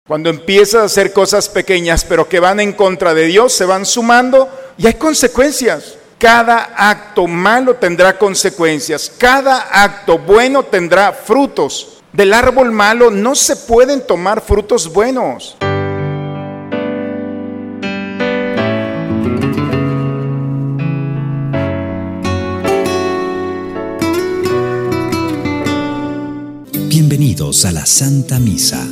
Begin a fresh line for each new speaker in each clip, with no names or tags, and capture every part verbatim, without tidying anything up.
Cuando empiezas a hacer cosas pequeñas, pero que van en contra de Dios, se van sumando y hay consecuencias. Cada acto malo tendrá consecuencias. Cada acto bueno tendrá frutos. Del árbol malo no se pueden tomar frutos buenos.
Bienvenidos a la Santa Misa.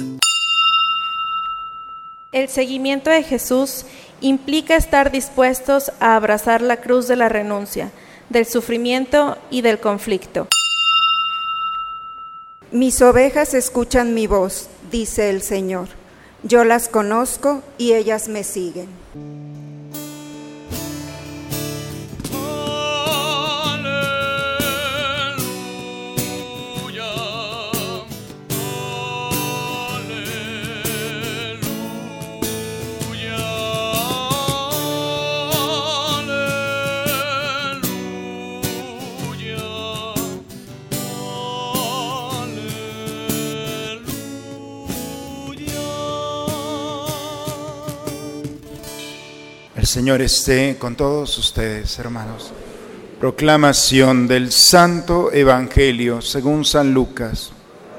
El seguimiento de Jesús implica estar dispuestos a abrazar la cruz de la renuncia, del sufrimiento y del conflicto.
Mis ovejas escuchan mi voz, dice el Señor. Yo las conozco y ellas me siguen.
El Señor esté con todos ustedes, hermanos. Proclamación del Santo Evangelio según San Lucas.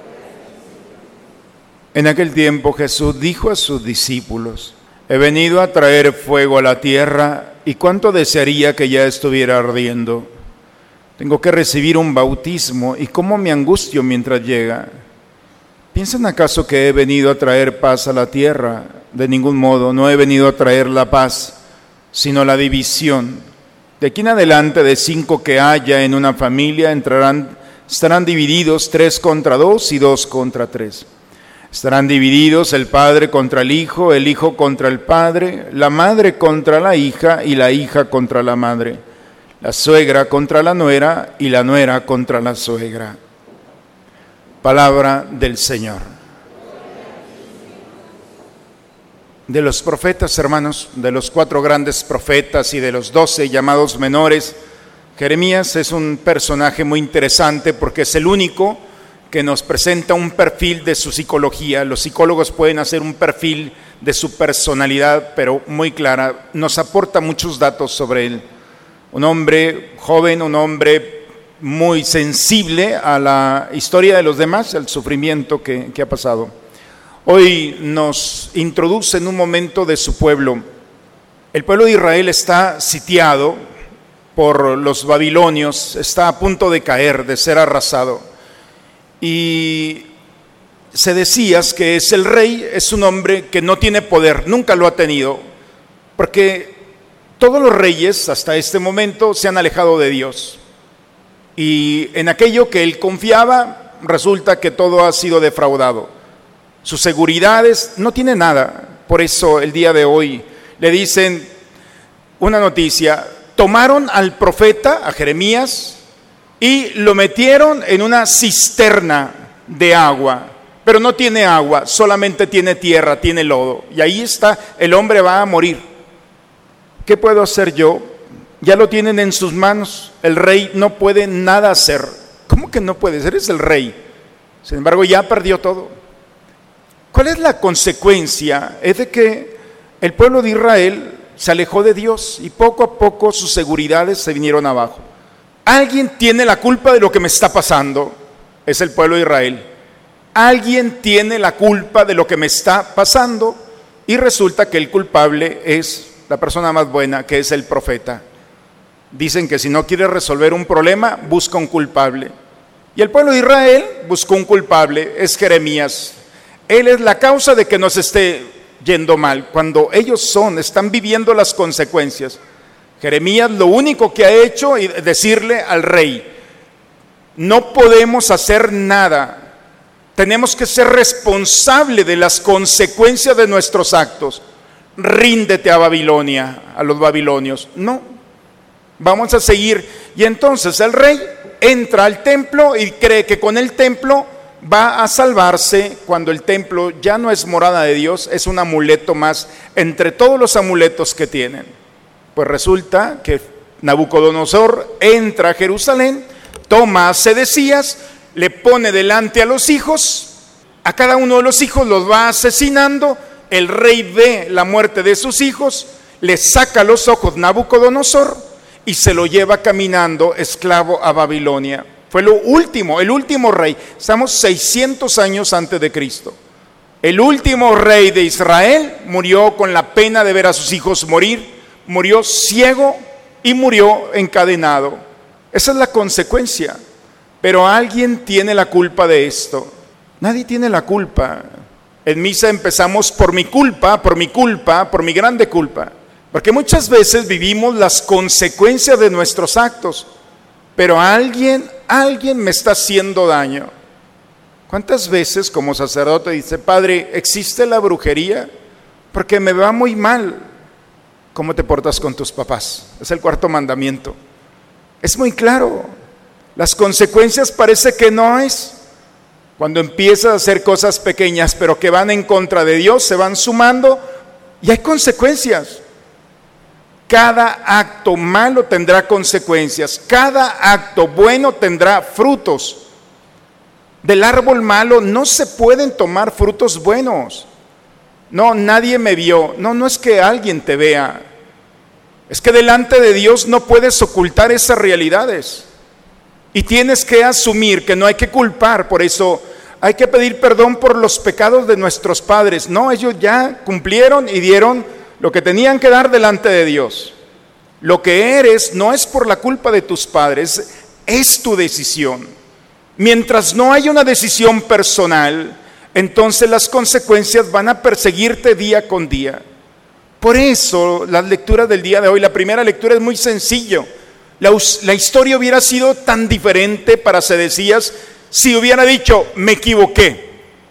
En aquel tiempo Jesús dijo a sus discípulos: he venido a traer fuego a la tierra, y cuánto desearía que ya estuviera ardiendo. Tengo que recibir un bautismo, y cómo me angustio mientras llega. ¿Piensan acaso que he venido a traer paz a la tierra? De ningún modo, no he venido a traer la paz, sino la división. De aquí en adelante, de cinco que haya en una familia, entrarán, estarán divididos tres contra dos y dos contra tres. Estarán divididos el padre contra el hijo, el hijo contra el padre, la madre contra la hija y la hija contra la madre, la suegra contra la nuera y la nuera contra la suegra. Palabra del Señor. De los profetas, hermanos, de los cuatro grandes profetas y de los doce llamados menores, Jeremías es un personaje muy interesante porque es el único que nos presenta un perfil de su psicología. Los psicólogos pueden hacer un perfil de su personalidad, pero muy clara. Nos aporta muchos datos sobre él. Un hombre joven, un hombre muy sensible a la historia de los demás, al sufrimiento que, que ha pasado. Hoy nos introduce en un momento de su pueblo. El pueblo de Israel está sitiado por los babilonios, está a punto de caer, de ser arrasado. Y se decía que es el rey, es un hombre que no tiene poder, nunca lo ha tenido, porque todos los reyes hasta este momento se han alejado de Dios. Y en aquello que él confiaba, resulta que todo ha sido defraudado. Sus seguridades no tiene nada. Por eso el día de hoy le dicen una noticia: tomaron al profeta, a Jeremías, y lo metieron en una cisterna de agua, pero no tiene agua, solamente tiene tierra, tiene lodo, y ahí está, el hombre va a morir. ¿Qué puedo hacer yo? Ya lo tienen en sus manos, el rey no puede nada hacer. ¿Cómo que no puede ser? Es el rey. Sin embargo, ya perdió todo. ¿Cuál es la consecuencia? Es de que el pueblo de Israel se alejó de Dios y poco a poco sus seguridades se vinieron abajo. Alguien tiene la culpa de lo que me está pasando, es el pueblo de Israel. Alguien tiene la culpa de lo que me está pasando y resulta que el culpable es la persona más buena, que es el profeta. Dicen que si no quieres resolver un problema, busca un culpable. Y el pueblo de Israel buscó un culpable, es Jeremías. Él es la causa de que nos esté yendo mal, cuando ellos son, están viviendo las consecuencias. Jeremías lo único que ha hecho es decirle al rey: no podemos hacer nada, tenemos que ser responsables de las consecuencias de nuestros actos. Ríndete a Babilonia, a los babilonios. No, vamos a seguir. Y entonces el rey entra al templo y cree que con el templo va a salvarse, cuando el templo ya no es morada de Dios, es un amuleto más entre todos los amuletos que tienen. Pues resulta que Nabucodonosor entra a Jerusalén, toma a Sedecías, le pone delante a los hijos A cada uno de los hijos los va asesinando. El rey ve la muerte de sus hijos, le saca los ojos Nabucodonosor y se lo lleva caminando esclavo a Babilonia. Fue lo último, el último rey. Estamos seiscientos años antes de Cristo. El último rey de Israel murió con la pena de ver a sus hijos morir, murió ciego y murió encadenado. Esa es la consecuencia. Pero alguien tiene la culpa de esto. Nadie tiene la culpa. En misa empezamos por mi culpa, por mi culpa, por mi grande culpa. Porque muchas veces vivimos las consecuencias de nuestros actos. Pero alguien, alguien me está haciendo daño. ¿Cuántas veces como sacerdote dice, Padre, ¿existe la brujería? Porque me va muy mal. ¿Cómo te portas con tus papás? Es el cuarto mandamiento. Es muy claro. Las consecuencias parece que no es. Cuando empiezas a hacer cosas pequeñas, pero que van en contra de Dios, se van sumando y hay consecuencias. Cada acto malo tendrá consecuencias. Cada acto bueno tendrá frutos. Del árbol malo no se pueden tomar frutos buenos. No, nadie me vio. No, no es que alguien te vea. Es que delante de Dios no puedes ocultar esas realidades. Y tienes que asumir que no hay que culpar. Por eso hay que pedir perdón por los pecados de nuestros padres. No, ellos ya cumplieron y dieron lo que tenían que dar delante de Dios. Lo que eres no es por la culpa de tus padres, es tu decisión. Mientras no haya una decisión personal, entonces las consecuencias van a perseguirte día con día. Por eso las lecturas del día de hoy, la primera lectura es muy sencillo. La, la historia hubiera sido tan diferente para Sedecías si hubiera dicho, me equivoqué,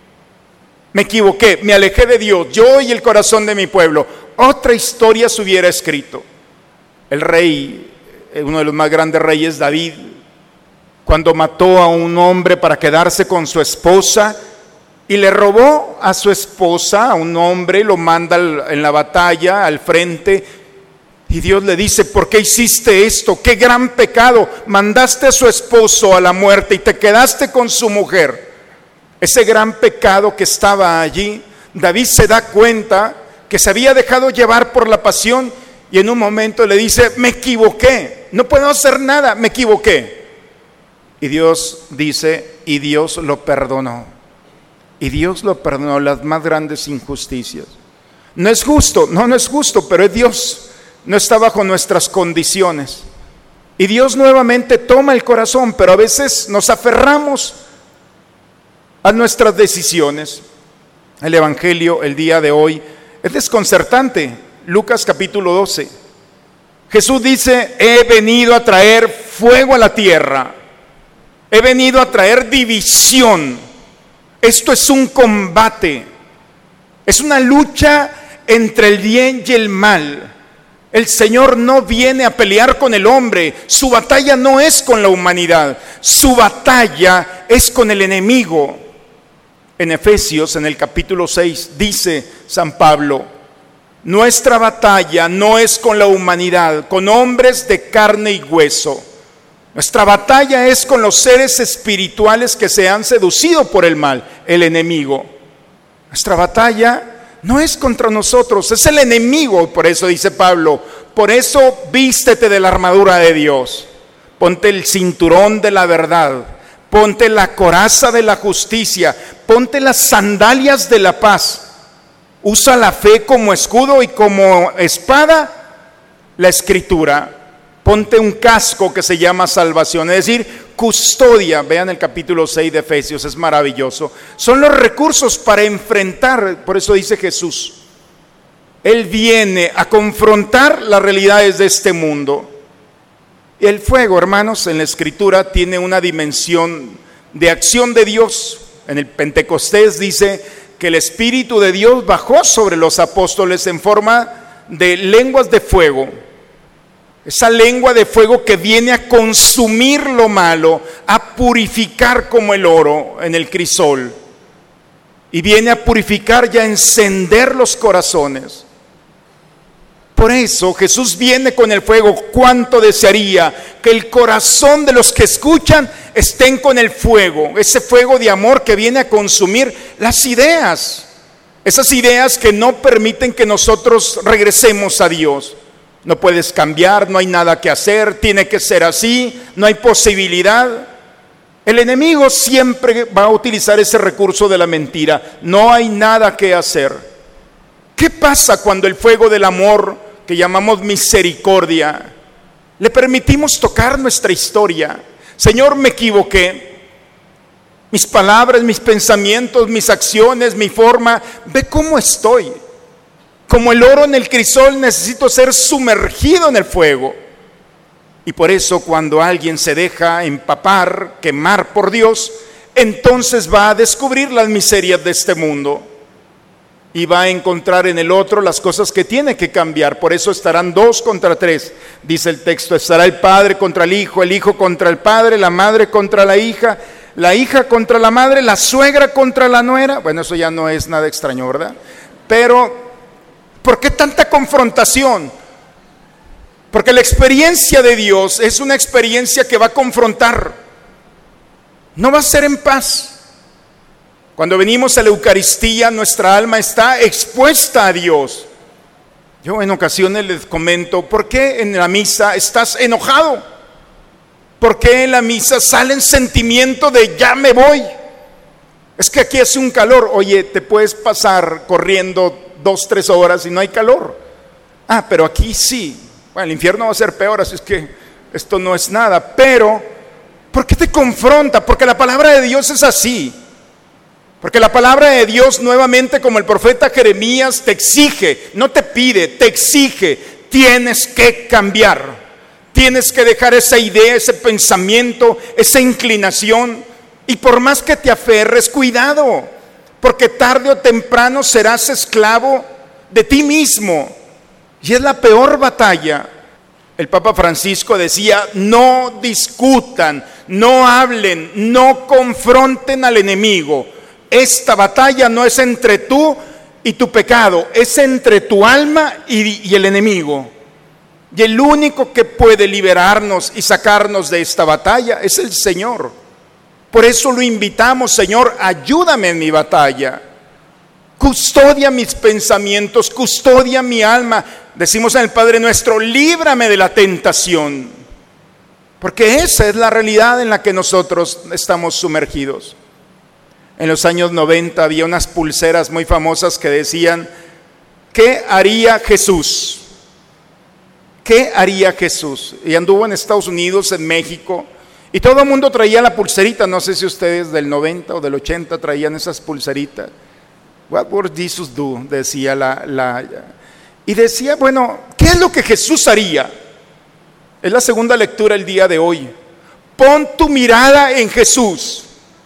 me equivoqué, me alejé de Dios, yo y el corazón de mi pueblo. Otra historia se hubiera escrito. El rey, uno de los más grandes reyes, David, cuando mató a un hombre para quedarse con su esposa y le robó a su esposa, a un hombre, lo manda en la batalla al frente y Dios le dice, ¿por qué hiciste esto? ¡Qué gran pecado! Mandaste a su esposo a la muerte y te quedaste con su mujer. Ese gran pecado que estaba allí, David se da cuenta que se había dejado llevar por la pasión y en un momento le dice, me equivoqué, no puedo hacer nada, me equivoqué. Y Dios dice, y Dios lo perdonó. Y Dios lo perdonó las más grandes injusticias. No es justo, no, no es justo, pero es Dios. No está bajo nuestras condiciones. Y Dios nuevamente toma el corazón, pero a veces nos aferramos a nuestras decisiones. El Evangelio el día de hoy es desconcertante. Lucas capítulo doce. Jesús dice, he venido a traer fuego a la tierra. He venido a traer división. Esto es un combate. Es una lucha entre el bien y el mal. El Señor no viene a pelear con el hombre. Su batalla no es con la humanidad. Su batalla es con el enemigo. En Efesios, en el capítulo seis, dice San Pablo, nuestra batalla no es con la humanidad, con hombres de carne y hueso. Nuestra batalla es con los seres espirituales que se han seducido por el mal, el enemigo. Nuestra batalla no es contra nosotros, es el enemigo. Por eso dice Pablo, por eso vístete de la armadura de Dios. Ponte el cinturón de la verdad, ponte la coraza de la justicia, ponte las sandalias de la paz. Usa la fe como escudo y como espada la escritura. Ponte un casco que se llama salvación, es decir, custodia. Vean el capítulo seis de Efesios, es maravilloso. Son los recursos para enfrentar, por eso dice Jesús, Él viene a confrontar las realidades de este mundo. Y el fuego, hermanos, en la Escritura tiene una dimensión de acción de Dios. En el Pentecostés dice que el Espíritu de Dios bajó sobre los apóstoles en forma de lenguas de fuego. Esa lengua de fuego que viene a consumir lo malo, a purificar como el oro en el crisol. Y viene a purificar y a encender los corazones. por eso Jesús viene con el fuego. ¿Cuánto desearía que el corazón de los que escuchan estén con el fuego? Ese fuego de amor que viene a consumir las ideas. Esas ideas que no permiten que nosotros regresemos a Dios. No puedes cambiar, no hay nada que hacer, tiene que ser así, no hay posibilidad. El enemigo siempre va a utilizar ese recurso de la mentira. No hay nada que hacer. ¿Qué pasa cuando el fuego del amor, que llamamos misericordia, le permitimos tocar nuestra historia? Señor, me equivoqué. Mis palabras, mis pensamientos, mis acciones, mi forma, ve cómo estoy. Como el oro en el crisol, necesito ser sumergido en el fuego. Y por eso cuando alguien se deja empapar, quemar por Dios, entonces va a descubrir las miserias de este mundo. Y va a encontrar en el otro las cosas que tiene que cambiar. Por eso estarán dos contra tres, dice el texto. Estará el padre contra el hijo, el hijo contra el padre, la madre contra la hija, la hija contra la madre, la suegra contra la nuera. Bueno, eso ya no es nada extraño, ¿verdad? Pero ¿por qué tanta confrontación? Porque la experiencia de Dios es una experiencia que va a confrontar. No va a ser en paz. Cuando venimos a la Eucaristía, nuestra alma está expuesta a Dios. Yo en ocasiones les comento, ¿por qué en la misa estás enojado? ¿Por qué en la misa salen sentimientos de ya me voy? Es que aquí hace un calor. Oye, te puedes pasar corriendo dos, tres horas y no hay calor. Ah, pero aquí sí. Bueno, el infierno va a ser peor, así es que esto no es nada. Pero, ¿por qué te confronta? Porque la palabra de Dios es así. Porque la palabra de Dios, nuevamente, como el profeta Jeremías, te exige, no te pide, te exige. Tienes que cambiar. Tienes que dejar esa idea, ese pensamiento, esa inclinación. Y por más que te aferres, cuidado. Porque tarde o temprano serás esclavo de ti mismo. Y es la peor batalla. El Papa Francisco decía, no discutan, no hablen, no confronten al enemigo. Esta batalla no es entre tú y tu pecado, es entre tu alma y, y el enemigo. Y el único que puede liberarnos y sacarnos de esta batalla es el Señor. Por eso lo invitamos, Señor, ayúdame en mi batalla. Custodia mis pensamientos, custodia mi alma. Decimos en el Padre Nuestro, líbrame de la tentación. Porque esa es la realidad en la que nosotros estamos sumergidos. En los años noventa había unas pulseras muy famosas que decían, ¿qué haría Jesús? ¿Qué haría Jesús? Y anduvo en Estados Unidos, en México, y todo el mundo traía la pulserita. No sé si ustedes del noventa o del ochenta traían esas pulseritas. What would Jesus do? Decía la, la... Y decía, bueno, ¿qué es lo que Jesús haría? Es la segunda lectura el día de hoy. Pon tu mirada en Jesús.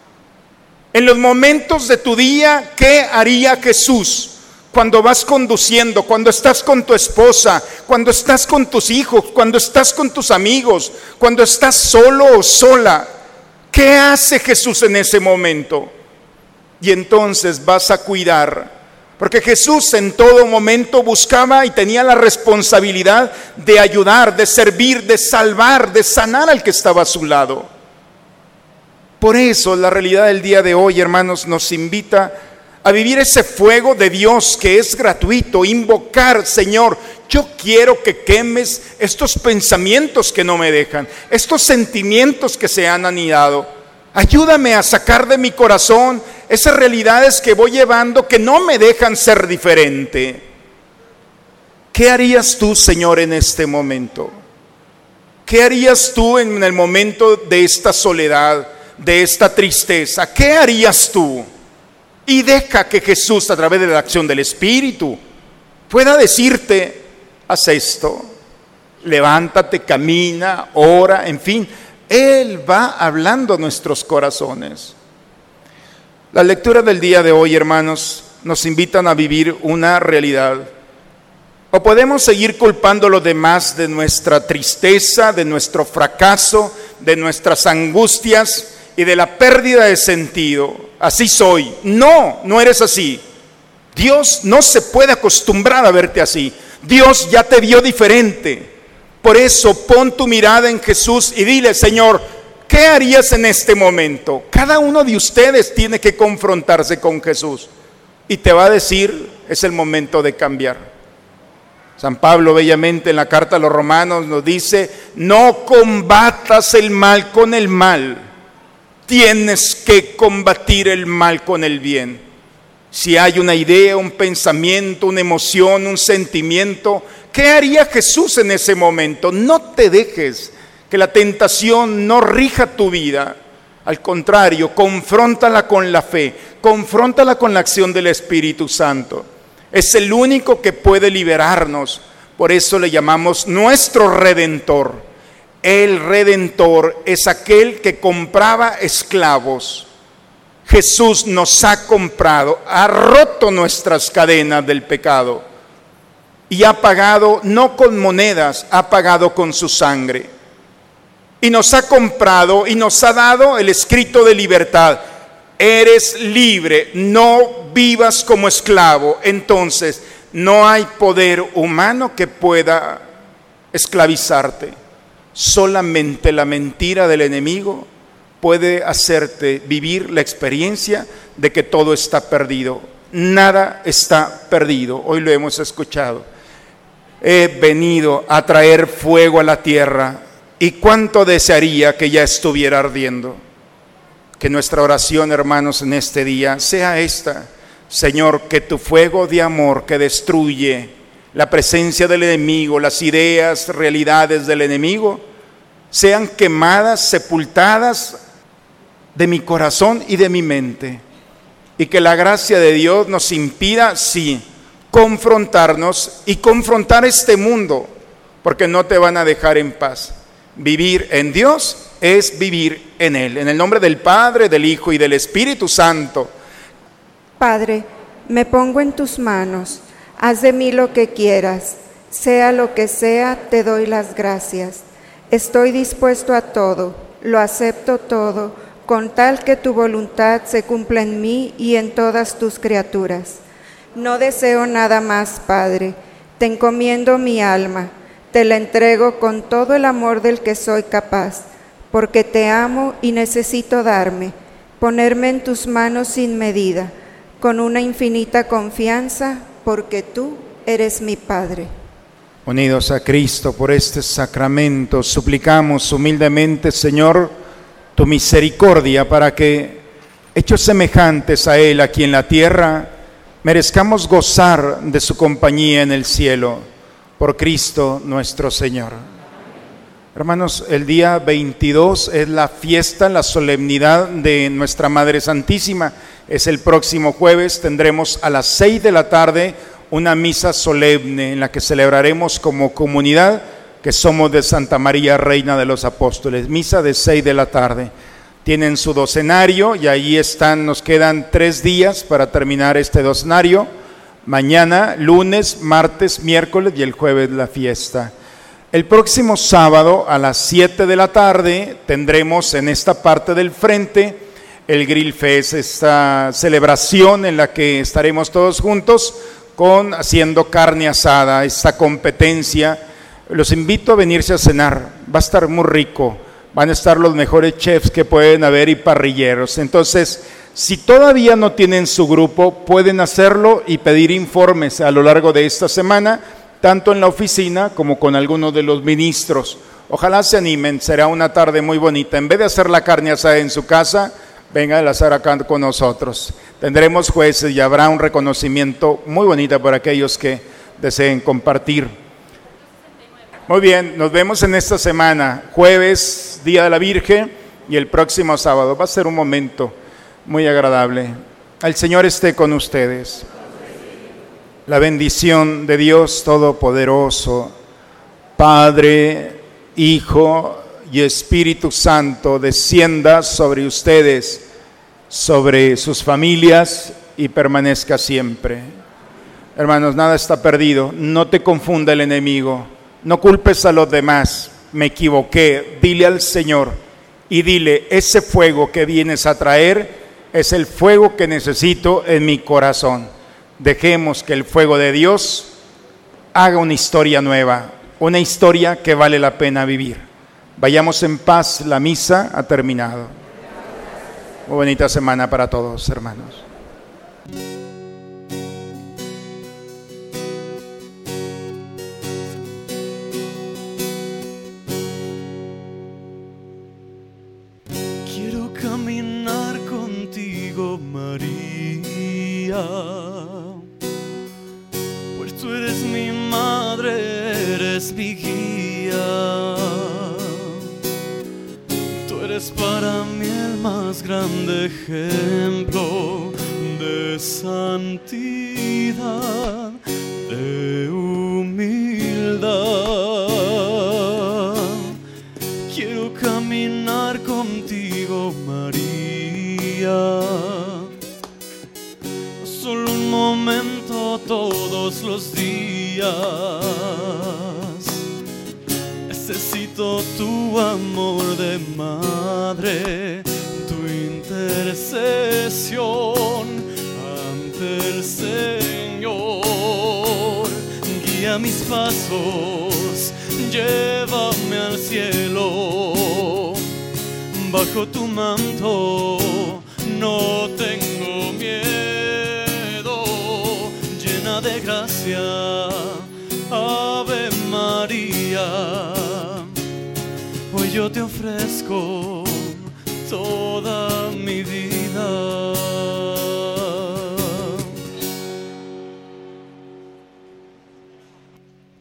En los momentos de tu día, ¿qué haría Jesús? Cuando vas conduciendo, cuando estás con tu esposa, cuando estás con tus hijos, cuando estás con tus amigos, cuando estás solo o sola, ¿qué hace Jesús en ese momento? Y entonces vas a cuidar, porque Jesús en todo momento buscaba y tenía la responsabilidad de ayudar, de servir, de salvar, de sanar al que estaba a su lado. Por eso la realidad del día de hoy, hermanos, nos invita a vivir ese fuego de Dios que es gratuito, invocar, Señor, yo quiero que quemes estos pensamientos que no me dejan, estos sentimientos que se han anidado. Ayúdame a sacar de mi corazón esas realidades que voy llevando que no me dejan ser diferente. ¿Qué harías tú, Señor, en este momento? ¿Qué harías tú en el momento de esta soledad, de esta tristeza? ¿Qué harías tú? Y deja que Jesús, a través de la acción del Espíritu, pueda decirte, haz esto, levántate, camina, ora, en fin. Él va hablando a nuestros corazones. Las lecturas del día de hoy, hermanos, nos invitan a vivir una realidad. O podemos seguir culpando a los demás de nuestra tristeza, de nuestro fracaso, de nuestras angustias y de la pérdida de sentido. Así soy. No, no eres así. Dios no se puede acostumbrar a verte así. Dios ya te vio diferente. Por eso pon tu mirada en Jesús y dile: Señor, ¿qué harías en este momento? Cada uno de ustedes tiene que confrontarse con Jesús y te va a decir: es el momento de cambiar. San Pablo bellamente en la carta a los Romanos nos dice: no combatas el mal con el mal, tienes que combatir el mal con el bien. Si hay una idea, un pensamiento, una emoción, un sentimiento, ¿qué haría Jesús en ese momento? No te dejes que la tentación no rija tu vida. Al contrario, confróntala con la fe, confróntala con la acción del Espíritu Santo. Es el único que puede liberarnos. Por eso le llamamos nuestro Redentor. El Redentor es aquel que compraba esclavos. Jesús nos ha comprado, ha roto nuestras cadenas del pecado y ha pagado no con monedas, ha pagado con su sangre. Y nos ha comprado y nos ha dado el escrito de libertad. Eres libre, no vivas como esclavo. Entonces, no hay poder humano que pueda esclavizarte. Solamente la mentira del enemigo puede hacerte vivir la experiencia de que todo está perdido. Nada está perdido. Hoy lo hemos escuchado. He venido a traer fuego a la tierra, y cuánto desearía que ya estuviera ardiendo. Que nuestra oración, hermanos, en este día sea esta: Señor, que tu fuego de amor que destruye la presencia del enemigo, las ideas, realidades del enemigo, sean quemadas, sepultadas de mi corazón y de mi mente, y que la gracia de Dios nos impida, sí, confrontarnos y confrontar este mundo, porque no te van a dejar en paz. Vivir en Dios es vivir en Él. En el nombre del Padre, del Hijo y del Espíritu Santo.
Padre, me pongo en tus manos, haz de mí lo que quieras, sea lo que sea, te doy las gracias. Estoy dispuesto a todo, lo acepto todo, con tal que tu voluntad se cumpla en mí y en todas tus criaturas. No deseo nada más, Padre, te encomiendo mi alma, te la entrego con todo el amor del que soy capaz, porque te amo y necesito darme, ponerme en tus manos sin medida, con una infinita confianza, porque tú eres mi Padre.
Unidos a Cristo por este sacramento, suplicamos humildemente, Señor, tu misericordia para que, hechos semejantes a Él aquí en la tierra, merezcamos gozar de su compañía en el cielo, por Cristo nuestro Señor. Hermanos, el día veintidós es la fiesta, la solemnidad de nuestra Madre Santísima. Es el próximo jueves, tendremos a las seis de la tarde una misa solemne en la que celebraremos como comunidad que somos de Santa María, Reina de los Apóstoles. Misa de seis de la tarde. Tienen su docenario y ahí están, nos quedan tres días para terminar este docenario. Mañana, lunes, martes, miércoles y el jueves la fiesta. El próximo sábado a las siete de la tarde tendremos en esta parte del frente el Grill Fest, esta celebración en la que estaremos todos juntos con haciendo carne asada, esta competencia. Los invito a venirse a cenar, va a estar muy rico, van a estar los mejores chefs que pueden haber y parrilleros. Entonces, si todavía no tienen su grupo, pueden hacerlo y pedir informes a lo largo de esta semana, tanto en la oficina como con algunos de los ministros. Ojalá se animen, será una tarde muy bonita. En vez de hacer la carne asada en su casa, vengan a hacer acá con nosotros. Tendremos jueces y habrá un reconocimiento muy bonito para aquellos que deseen compartir. Muy bien, nos vemos en esta semana, jueves, Día de la Virgen, y el próximo sábado. Va a ser un momento muy agradable. El Señor esté con ustedes. La bendición de Dios Todopoderoso, Padre, Hijo y Espíritu Santo, descienda sobre ustedes, sobre sus familias y permanezca siempre. Hermanos, nada está perdido. No te confunda el enemigo. No culpes a los demás. Me equivoqué. Dile al Señor y dile: ese fuego que vienes a traer es el fuego que necesito en mi corazón. Dejemos que el fuego de Dios haga una historia nueva, una historia que vale la pena vivir. Vayamos en paz, la misa ha terminado. Muy bonita semana para todos, hermanos.
Quiero caminar contigo, María, pues tú eres mi madre, eres mi guía. Tú eres para mí el más grande ejemplo de santidad, de humildad. Quiero caminar contigo, María, no solo un momento, todos los días. Necesito tu amor de madre, tu intercesión ante el Señor. Guía mis pasos, llévame al cielo. Bajo tu manto no tengo miedo. Llena de gracia, Ave María. Hoy yo te ofrezco toda mi vida.